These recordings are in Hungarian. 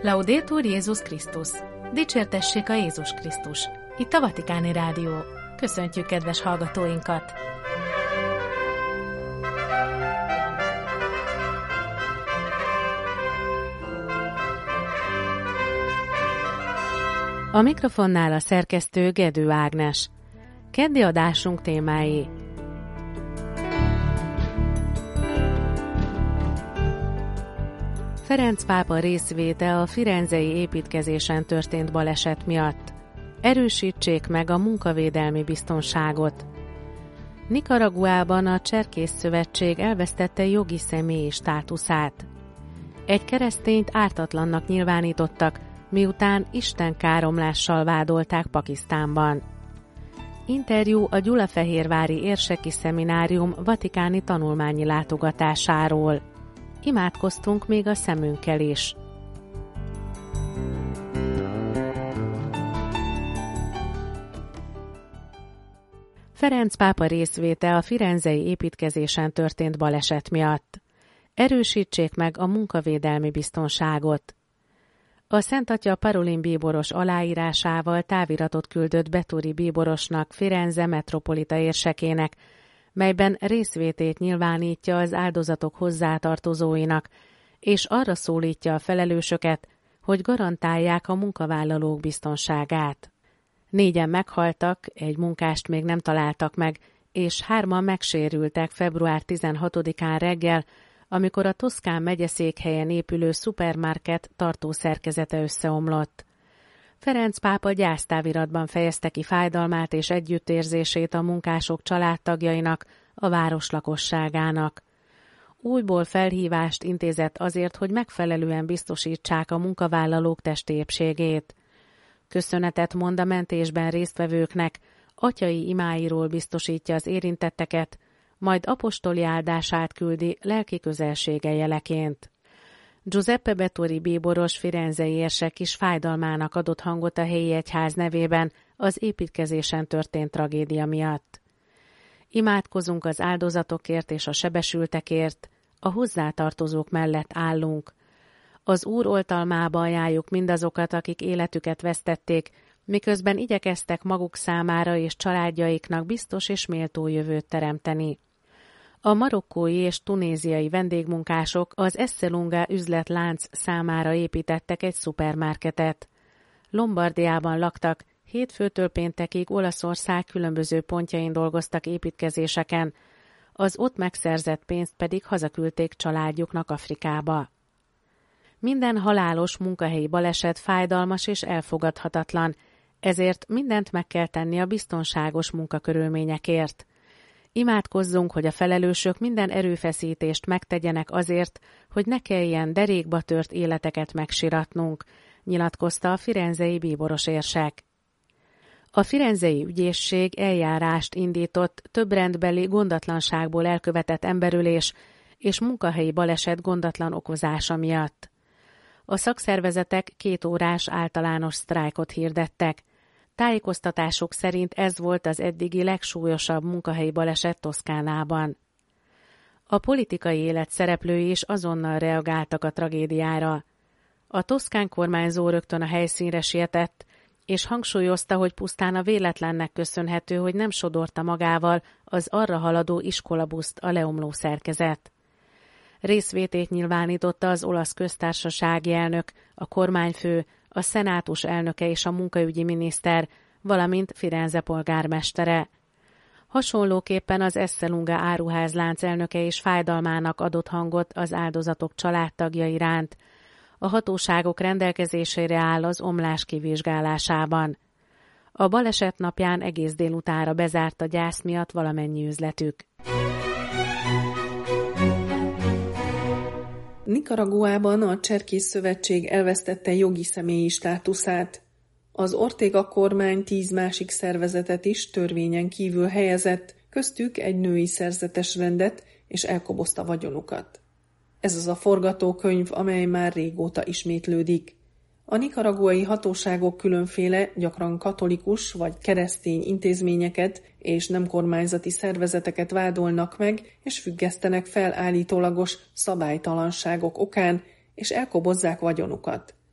Laudetur Jézus Krisztus! Dicsértessék a Jézus Krisztus! Itt a Vatikáni Rádió. Köszöntjük kedves hallgatóinkat! A mikrofonnál a szerkesztő Gedő Ágnes. Keddi adásunk témái: Ferenc pápa részvéte a firenzei építkezésen történt baleset miatt. Erősítsék meg a munkavédelmi biztonságot. Nicaraguában a Cserkész Szövetség elvesztette jogi személyi státuszát. Egy keresztényt ártatlannak nyilvánítottak, miután istenkáromlással vádolták Pakisztánban. Interjú a Gyulafehérvári Érseki Szeminárium vatikáni tanulmányi látogatásáról. Imádkoztunk még a szemünkkel is. Ferenc pápa részvéte a firenzei építkezésen történt baleset miatt. Erősítsék meg a munkavédelmi biztonságot. A Szent Atya Parolin bíboros aláírásával táviratot küldött Beturi bíborosnak, Firenze metropolita érsekének, melyben részvétét nyilvánítja az áldozatok hozzátartozóinak, és arra szólítja a felelősöket, hogy garantálják a munkavállalók biztonságát. 4-en meghaltak, egy munkást még nem találtak meg, és 3-an megsérültek február 16-án reggel, amikor a Toszkán megyeszékhelyen épülő szupermarket tartószerkezete összeomlott. Ferenc pápa gyásztáviratban fejezte ki fájdalmát és együttérzését a munkások családtagjainak, a város lakosságának. Újból felhívást intézett azért, hogy megfelelően biztosítsák a munkavállalók testi épségét. Köszönetet mond a mentésben résztvevőknek, atyai imáiról biztosítja az érintetteket, majd apostoli áldását küldi lelki közelsége jeleként. Giuseppe Beturi bíboros firenzei érsek is fájdalmának adott hangot a helyi egyház nevében az építkezésen történt tragédia miatt. Imádkozunk az áldozatokért és a sebesültekért, a hozzátartozók mellett állunk. Az Úr oltalmába ajánljuk mindazokat, akik életüket vesztették, miközben igyekeztek maguk számára és családjaiknak biztos és méltó jövőt teremteni. A marokkói és tunéziai vendégmunkások az Esselunga üzletlánc számára építettek egy szupermarketet. Lombardiában laktak, hétfőtől péntekig Olaszország különböző pontjain dolgoztak építkezéseken, az ott megszerzett pénzt pedig hazaküldték családjuknak Afrikába. Minden halálos munkahelyi baleset fájdalmas és elfogadhatatlan, ezért mindent meg kell tenni a biztonságos munkakörülményekért. Imádkozzunk, hogy a felelősök minden erőfeszítést megtegyenek azért, hogy ne kelljen derékba tört életeket megsiratnunk, nyilatkozta a firenzei bíboros érsek. A firenzei ügyészség eljárást indított több rendbeli gondatlanságból elkövetett emberölés és munkahelyi baleset gondatlan okozása miatt. A szakszervezetek 2 órás általános sztrájkot hirdettek. Tájékoztatások szerint ez volt az eddigi legsúlyosabb munkahelyi baleset Toszkánában. A politikai élet szereplői is azonnal reagáltak a tragédiára. A toszkán kormányzó rögtön a helyszínre sietett, és hangsúlyozta, hogy pusztán a véletlennek köszönhető, hogy nem sodorta magával az arra haladó iskolabuszt a leomló szerkezet. Részvétét nyilvánította az olasz köztársasági elnök, a kormányfő, a szenátus elnöke és a munkaügyi miniszter, valamint Firenze polgármestere. Hasonlóképpen az Esselunga áruházlánc elnöke is fájdalmának adott hangot az áldozatok családtagja iránt. A hatóságok rendelkezésére áll az omlás kivizsgálásában. A baleset napján egész délutánra bezárt a gyász miatt valamennyi üzletük. Nicaraguában a Cserkész Szövetség elvesztette jogi személyi státuszát. Az Ortega kormány 10 másik szervezetet is törvényen kívül helyezett, köztük egy női szerzetes rendet, és elkobozta vagyonukat. Ez az a forgatókönyv, amely már régóta ismétlődik. A nicaraguai hatóságok különféle, gyakran katolikus vagy keresztény intézményeket és nem kormányzati szervezeteket vádolnak meg, és függesztenek fel állítólagos szabálytalanságok okán, és elkobozzák vagyonukat.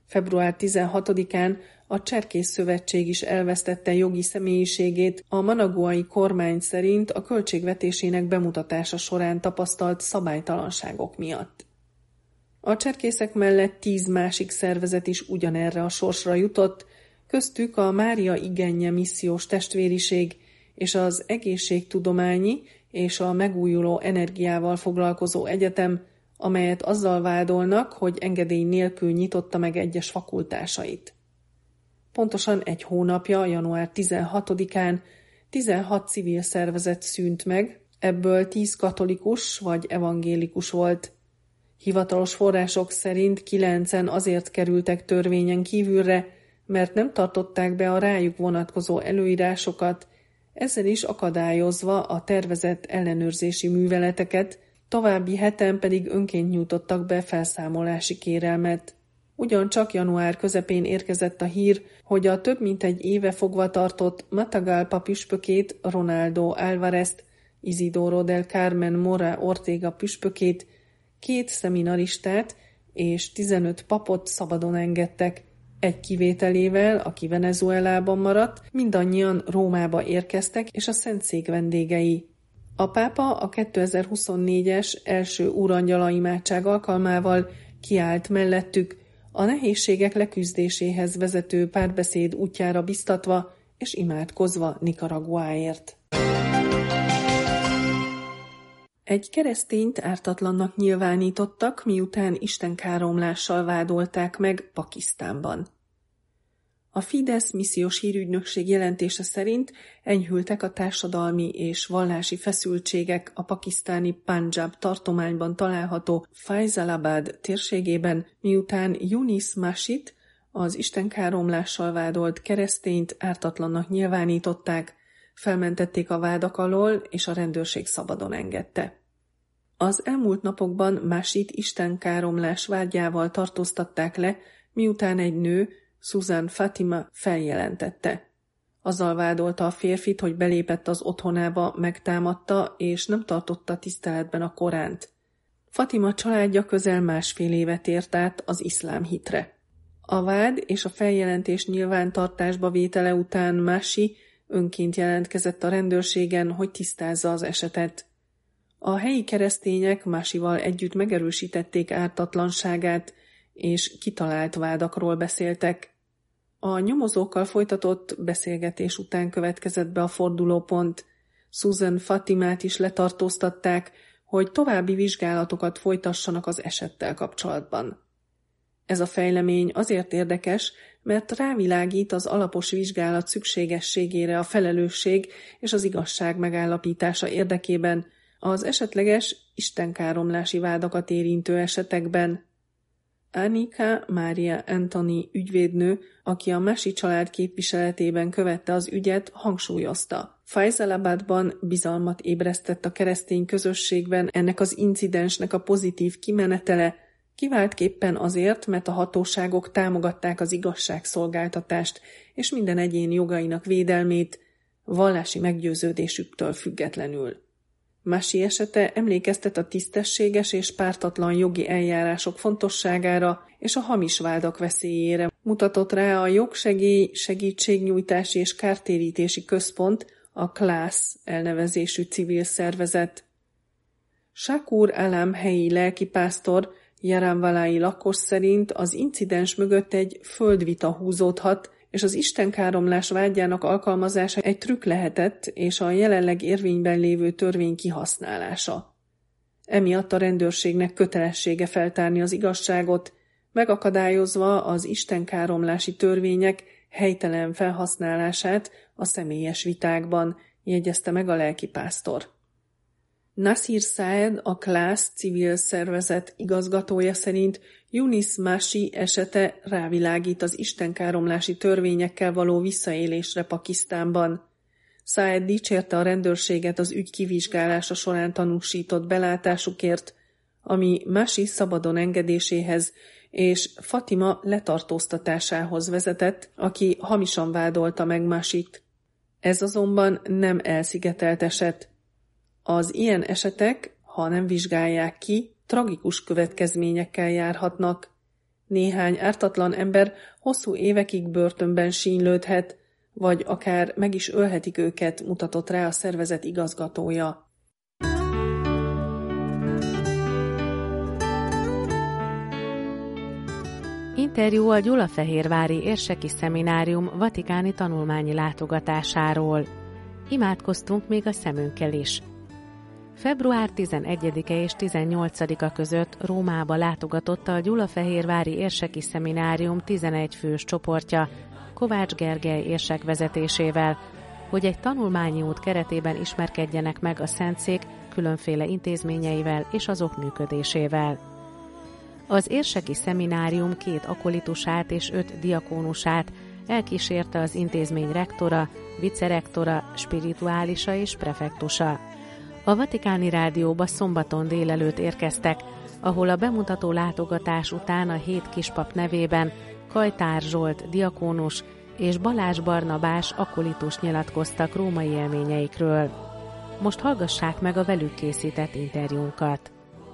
Február 16-án a Cserkész Szövetség is elvesztette jogi személyiségét a managuai kormány szerint a költségvetésének bemutatása során tapasztalt szabálytalanságok miatt. A cserkészek mellett 10 másik szervezet is ugyanerre a sorsra jutott, köztük a Mária Igenje missziós testvériség és az Egészségtudományi és a Megújuló Energiával foglalkozó egyetem, amelyet azzal vádolnak, hogy engedély nélkül nyitotta meg egyes fakultásait. Pontosan egy hónapja, január 16-án 16 civil szervezet szűnt meg, ebből 10 katolikus vagy evangélikus volt. Hivatalos források szerint 9-en azért kerültek törvényen kívülre, mert nem tartották be a rájuk vonatkozó előírásokat, ezzel is akadályozva a tervezett ellenőrzési műveleteket, további 7-en pedig önként nyújtottak be felszámolási kérelmet. Ugyancsak január közepén érkezett a hír, hogy a több mint egy éve fogva tartott Matagalpa püspökét, Ronaldo Álvarezt, Isidoro del Carmen Mora Ortega püspökét, 2 szeminaristát és 15 papot szabadon engedtek, egy kivételével, aki Venezuelában maradt, mindannyian Rómába érkeztek, és a Szentszék vendégei. A pápa a 2024-es első úrangyala imádság alkalmával kiállt mellettük, a nehézségek leküzdéséhez vezető párbeszéd útjára biztatva és imádkozva Nicaraguáért. Egy keresztényt ártatlannak nyilvánítottak, miután istenkáromlással vádolták meg Pakisztánban. A Fidesz missziós hírügynökség jelentése szerint enyhültek a társadalmi és vallási feszültségek a pakisztáni Panjab tartományban található Faisalabad térségében, miután Yunis Mashid, az istenkáromlással vádolt keresztényt ártatlannak nyilvánították, felmentették a vádak alól, és a rendőrség szabadon engedte. Az elmúlt napokban Mashid istenkáromlás vádjával tartóztatták le, miután egy nő, Susan Fatima feljelentette. Azzal vádolta a férfit, hogy belépett az otthonába, megtámadta és nem tartotta tiszteletben a Koránt. Fatima családja közel 1,5 évet ért át az iszlám hitre. A vád és a feljelentés nyilvántartásba vétele után Masi önként jelentkezett a rendőrségen, hogy tisztázza az esetet. A helyi keresztények Masival együtt megerősítették ártatlanságát, és kitalált vádakról beszéltek. A nyomozókkal folytatott beszélgetés után következett be a fordulópont. Susan Fatimát is letartóztatták, hogy további vizsgálatokat folytassanak az esettel kapcsolatban. Ez a fejlemény azért érdekes, mert rávilágít az alapos vizsgálat szükségességére a felelősség és az igazság megállapítása érdekében az esetleges istenkáromlási vádakat érintő esetekben. Anika Mária Anthony ügyvédnő, aki a Masi család képviseletében követte az ügyet, hangsúlyozta. Faisalabadban bizalmat ébresztett a keresztény közösségben ennek az incidensnek a pozitív kimenetele, kiváltképpen azért, mert a hatóságok támogatták az igazságszolgáltatást és minden egyén jogainak védelmét, vallási meggyőződésüktől függetlenül. Masi esete emlékeztet a tisztességes és pártatlan jogi eljárások fontosságára és a hamis vádak veszélyére. Mutatott rá a Jogsegély, Segítségnyújtási és Kártérítési Központ, a KLASZ elnevezésű civil szervezet. Shakur Alam helyi lelkipásztor, Jaramvalai lakos szerint az incidens mögött egy földvita húzódhat, és az istenkáromlás vádjának alkalmazása egy trükk lehetett, és a jelenleg érvényben lévő törvény kihasználása. Emiatt a rendőrségnek kötelessége feltárni az igazságot, megakadályozva az istenkáromlási törvények helytelen felhasználását a személyes vitákban, jegyezte meg a lelkipásztor. Nasir Saed, a KLASZ civil szervezet igazgatója szerint Yunis Masi esete rávilágít az istenkáromlási törvényekkel való visszaélésre Pakisztánban. Saed dicsérte a rendőrséget az ügy kivizsgálása során tanúsított belátásukért, ami Masi szabadon engedéséhez és Fatima letartóztatásához vezetett, aki hamisan vádolta meg Masit. Ez azonban nem elszigetelt eset. Az ilyen esetek, ha nem vizsgálják ki, tragikus következményekkel járhatnak. Néhány ártatlan ember hosszú évekig börtönben sínylődhet, vagy akár meg is ölhetik őket, mutatott rá a szervezet igazgatója. Interjú a Gyulafehérvári Érseki Szeminárium vatikáni tanulmányi látogatásáról. Imádkoztunk még a szemünkkel is. Február 11-e és 18-a között Rómába látogatott a Gyulafehérvári Érseki Szeminárium 11 fős csoportja Kovács Gergely érsek vezetésével, hogy egy tanulmányi út keretében ismerkedjenek meg a Szentszék különféle intézményeivel és azok működésével. Az érseki szeminárium 2 akolitusát és 5 diakónusát elkísérte az intézmény rektora, vicerektora, spirituálisa és prefektusa. A Vatikáni Rádióba szombaton délelőtt érkeztek, ahol a bemutató látogatás után a 7 kispap nevében Kajtár Zsolt diakónus és Balázs Barnabás akolitus nyilatkoztak római élményeikről. Most hallgassák meg a velük készített interjúnkat.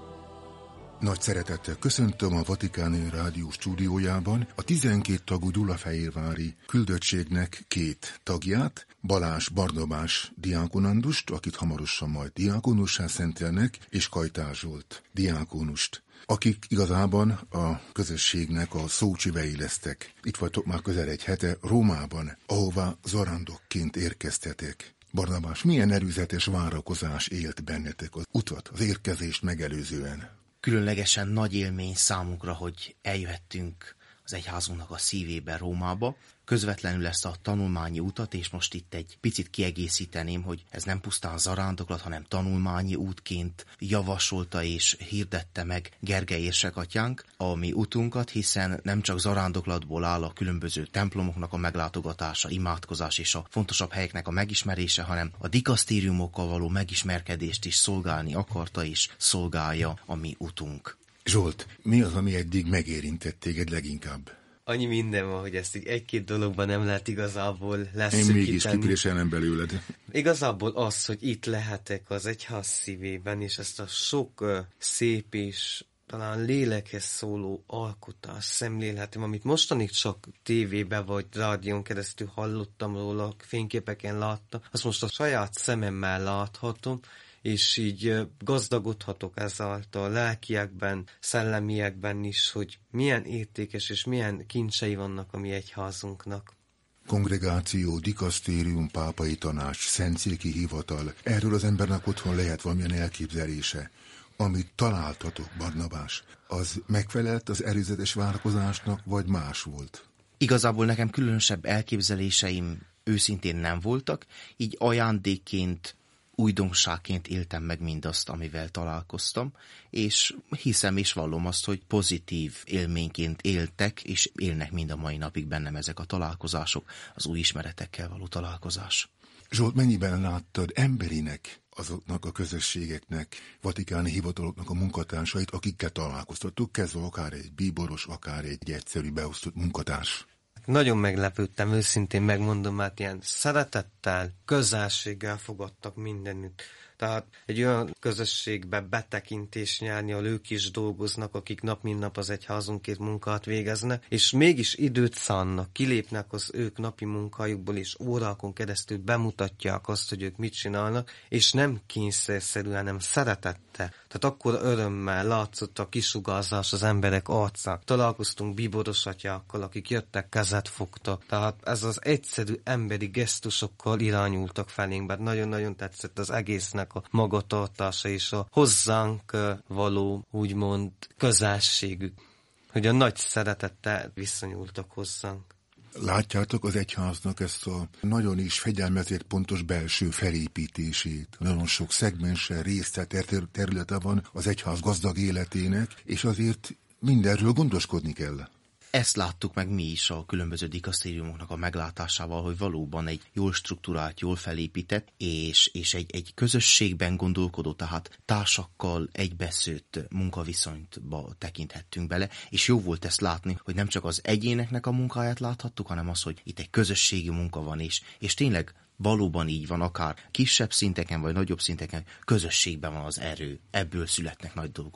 Nagy szeretettel köszöntöm a Vatikáni Rádió stúdiójában a 12 tagú Gyulafehérvári küldöttségnek 2 tagját, Balázs Barnabás diákonandust, akit hamarosan majd diákonussá szentelnek, és Kajtár Zsolt diákonust, akik igazában a közösségnek a szócsivei lesztek. Itt vagytok már közel egy hete Rómában, ahová zarándokként érkeztetek. Barnabás, milyen erőzetes várakozás élt bennetek az utat, az érkezést megelőzően? Különlegesen nagy élmény számunkra, hogy eljöhettünk az egyházunknak a szívébe, Rómába. Közvetlenül ezt a tanulmányi utat, és most itt egy picit kiegészíteném, hogy ez nem pusztán zarándoklat, hanem tanulmányi útként javasolta és hirdette meg Gergely érsekatyánk a mi utunkat, hiszen nem csak zarándoklatból áll a különböző templomoknak a meglátogatása, imádkozás és a fontosabb helyeknek a megismerése, hanem a dikasztériumokkal való megismerkedést is szolgálni akarta és szolgálja a mi utunk. Zsolt, mi az, ami eddig megérintett téged leginkább? Annyi minden van, hogy ezt így egy-két dologban nem lehet igazából leszűkíteni. Én mégis kipreselem belőled. Igazából az, hogy itt lehetek az egyház szívében, és ezt a sok szép és talán lélekhez szóló alkotás szemlélhetem, amit mostanig csak tévében vagy rádión keresztül hallottam róla, fényképeken láttam, azt most a saját szememmel láthatom, és így gazdagodhatok ezáltal lelkiekben, szellemiekben is, hogy milyen értékes és milyen kincsei vannak a mi egyházunknak. Kongregáció, dikasztérium, pápai tanács, szentszéki hivatal. Erről az embernek otthon lehet valamilyen elképzelése. Amit találtatok, Barnabás, az megfelelt az előzetes várakozásnak, vagy más volt? Igazából nekem különösebb elképzeléseim őszintén nem voltak, így ajándékként, újdonságként éltem meg mindazt, amivel találkoztam, és hiszem és vallom azt, hogy pozitív élményként éltek, és élnek mind a mai napig bennem ezek a találkozások, az új ismeretekkel való találkozás. Zsolt, mennyiben láttad emberinek azoknak a közösségeknek, vatikáni hivataloknak a munkatársait, akikkel találkoztatok, kezdve akár egy bíboros, akár egy egyszerű beosztott munkatárs? Nagyon meglepődtem, őszintén megmondom, mert ilyen szeretettel, közelséggel fogadtak mindenütt. Tehát egy olyan közösségbe betekintés nyerni, ahol ők is dolgoznak, akik nap mint nap az egyházunkért munkát végeznek, és mégis időt szánnak, kilépnek az ők napi munkájukból, és órákon keresztül bemutatják azt, hogy ők mit csinálnak, és nem kényszerszerűen, hanem szeretettel. Tehát akkor örömmel látszott a kisugárzás az emberek arcán. Találkoztunk bíboros atyákkal, akik jöttek, kezet fogtak. Tehát ez az egyszerű emberi gesztusokkal irányultak felénk, mert nagyon-nagyon tetszett az egésznek a magatartása és a hozzánk való, úgymond, közelségük, hogy a nagy szeretettel viszonyultak hozzánk. Látjátok az egyháznak ezt a nagyon is fegyelmezett pontos belső felépítését. Nagyon sok szegmense, része, területe van az egyház gazdag életének, és azért mindenről gondoskodni kell. Ezt láttuk meg mi is a különböző dikasztériumoknak a meglátásával, hogy valóban egy jól struktúrált, jól felépített, és egy közösségben gondolkodó, tehát társakkal egybeszőtt munkaviszonyba tekinthettünk bele, és jó volt ezt látni, hogy nem csak az egyéneknek a munkáját láthattuk, hanem az, hogy itt egy közösségi munka van, és tényleg valóban így van, akár kisebb szinteken, vagy nagyobb szinteken, közösségben van az erő, ebből születnek nagy dolgok.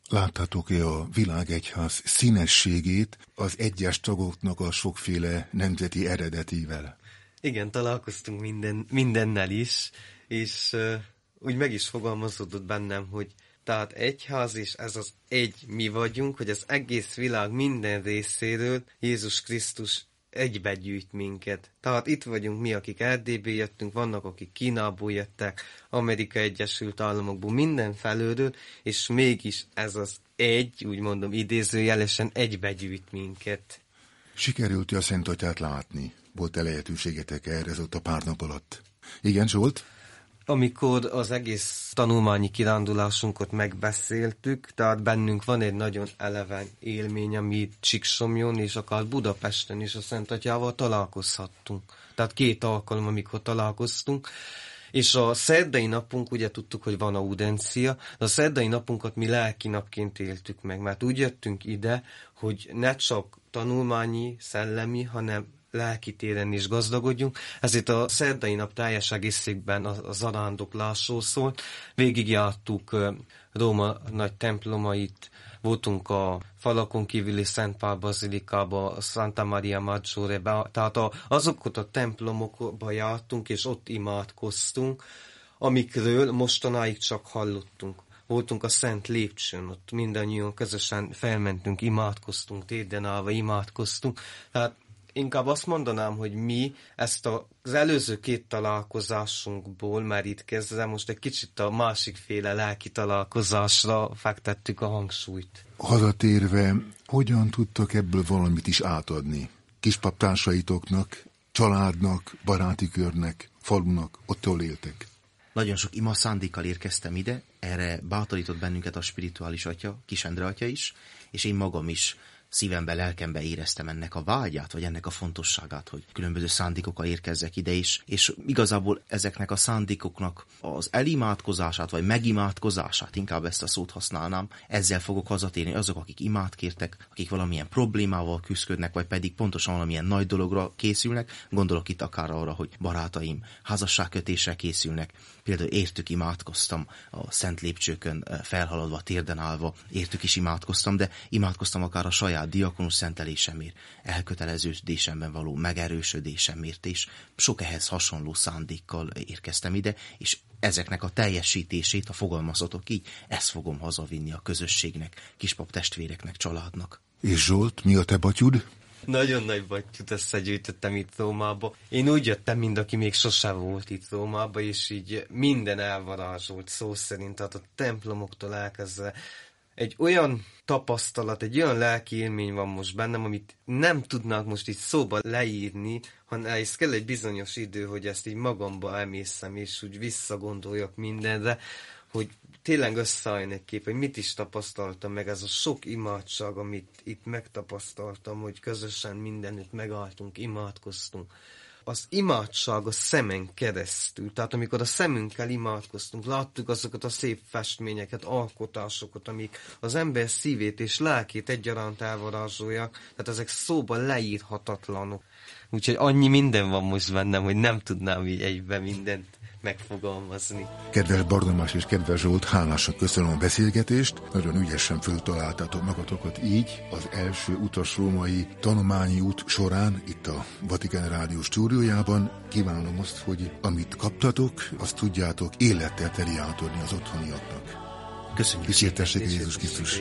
Láthatok-e a világegyház színességét az egyes tagoknak a sokféle nemzeti eredetével? Igen, találkoztunk mindennel is, és úgy meg is fogalmazódott bennem, hogy tehát egyház, és ez az egy mi vagyunk, hogy az egész világ minden részéről Jézus Krisztus egybegyűjt minket. Tehát itt vagyunk mi, akik Erdélyből jöttünk, vannak, akik Kínából jöttek, Amerika Egyesült Államokból, mindenfelől, és mégis ez az egy, úgy mondom idézőjelesen, egybegyűjt minket. Sikerült a Szent Atyát látni? Volt-e lehetőségetek erre ez ott a pár nap alatt? Igen, Zsolt? Amikor az egész tanulmányi kirándulásunkat megbeszéltük, tehát bennünk van egy nagyon eleven élmény, ami Csíksomjon és akár Budapesten is a Szent Atyával találkozhattunk. Tehát 2 alkalom, amikor találkoztunk. És a szerdai napunk, ugye tudtuk, hogy van audencia, de a szerdai napunkat mi lelki napként éltük meg, mert úgy jöttünk ide, hogy ne csak tanulmányi, szellemi, hanem lelki téren is gazdagodjunk. Ezért a szerdai nap teljes egészében a zarándoklásról szólt. Végigjártuk Róma nagy templomait, voltunk a falakon kívüli Szent Pál bazilikába, a Santa Maria Maggiore-be, tehát azokat a templomokba jártunk, és ott imádkoztunk, amikről mostanáig csak hallottunk. Voltunk a Szent Lépcsőn, ott mindannyian közösen felmentünk, imádkoztunk, térden állva imádkoztunk. Tehát inkább azt mondanám, hogy mi ezt az előző 2 találkozásunkból merítkezve most egy kicsit a másikféle lelki találkozásra fektettük a hangsúlyt. Hazatérve, hogyan tudtak ebből valamit is átadni? Kispaptársaitoknak, családnak, baráti körnek, falunak, ott hol éltek? Nagyon sok ima szándékkal érkeztem ide, erre bátorított bennünket a spirituális atya, Kis Endre atya is, és én magam is szívemben, lelkemben éreztem ennek a vágyát, vagy ennek a fontosságát, hogy különböző szándékokkal érkezzek ide is, és igazából ezeknek a szándékoknak az elimádkozását, vagy megimádkozását, inkább ezt a szót használnám, ezzel fogok hazatérni azok, akik imát kértek, akik valamilyen problémával küzdködnek, vagy pedig pontosan valamilyen nagy dologra készülnek, gondolok itt akár arra, hogy barátaim házasságkötésre készülnek. Például értük imádkoztam a Szent Lépcsőkön felhaladva, térden állva, értük is imádkoztam, de imádkoztam akár a saját diakonus szentelésemért, elköteleződésemben való megerősödésemért, és sok ehhez hasonló szándékkal érkeztem ide, és ezeknek a teljesítését, ha fogalmazhatok így, ezt fogom hazavinni a közösségnek, kispap testvéreknek, családnak. És Zsolt, mi a te batyud? Nagyon nagy battyút összegyűjtöttem itt Rómába. Én úgy jöttem, mint aki még sose volt itt Rómába, és így minden elvarázsolt szó szerint, tehát a templomoktól elkezdve egy olyan tapasztalat, egy olyan lelki élmény van most bennem, amit nem tudnák most így szóba leírni, hanem ez kell egy bizonyos idő, hogy ezt így magamba emészem, és úgy visszagondoljak mindenre, hogy tényleg összeálljon egy kép, hogy mit is tapasztaltam meg, ez a sok imádság, amit itt megtapasztaltam, hogy közösen mindenütt megálltunk, imádkoztunk. Az imádság a szemen keresztül, tehát amikor a szemünkkel imádkoztunk, láttuk azokat a szép festményeket, alkotásokat, amik az ember szívét és lelkét egyaránt elvarázsolják, tehát ezek szóban leírhatatlanok. Úgyhogy annyi minden van most bennem, hogy nem tudnám így egyben mindent megfogalmazni. Kedves Barnabás és kedves Zsolt, hálásan köszönöm a beszélgetést, nagyon ügyesen föltaláltátok magatokat így az első utas római tanulmányi út során itt a Vatikán Rádió stúdiójában. Kívánom azt, hogy amit kaptatok, azt tudjátok élettel teli átadni az otthoniaknak. Köszönjük. Kísértessék Jézus Krisztus.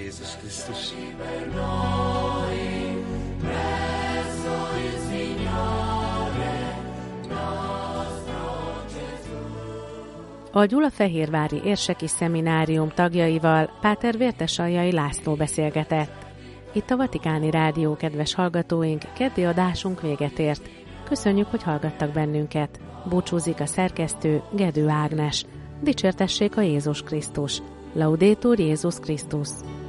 A Gyulafehérvári Érseki Szeminárium tagjaival Páter Vértesaljai László beszélgetett. Itt a Vatikáni Rádió, kedves hallgatóink, keddi adásunk véget ért. Köszönjük, hogy hallgattak bennünket. Búcsúzik a szerkesztő, Gedő Ágnes. Dicsértessék a Jézus Krisztus. Laudetur Jézus Krisztus.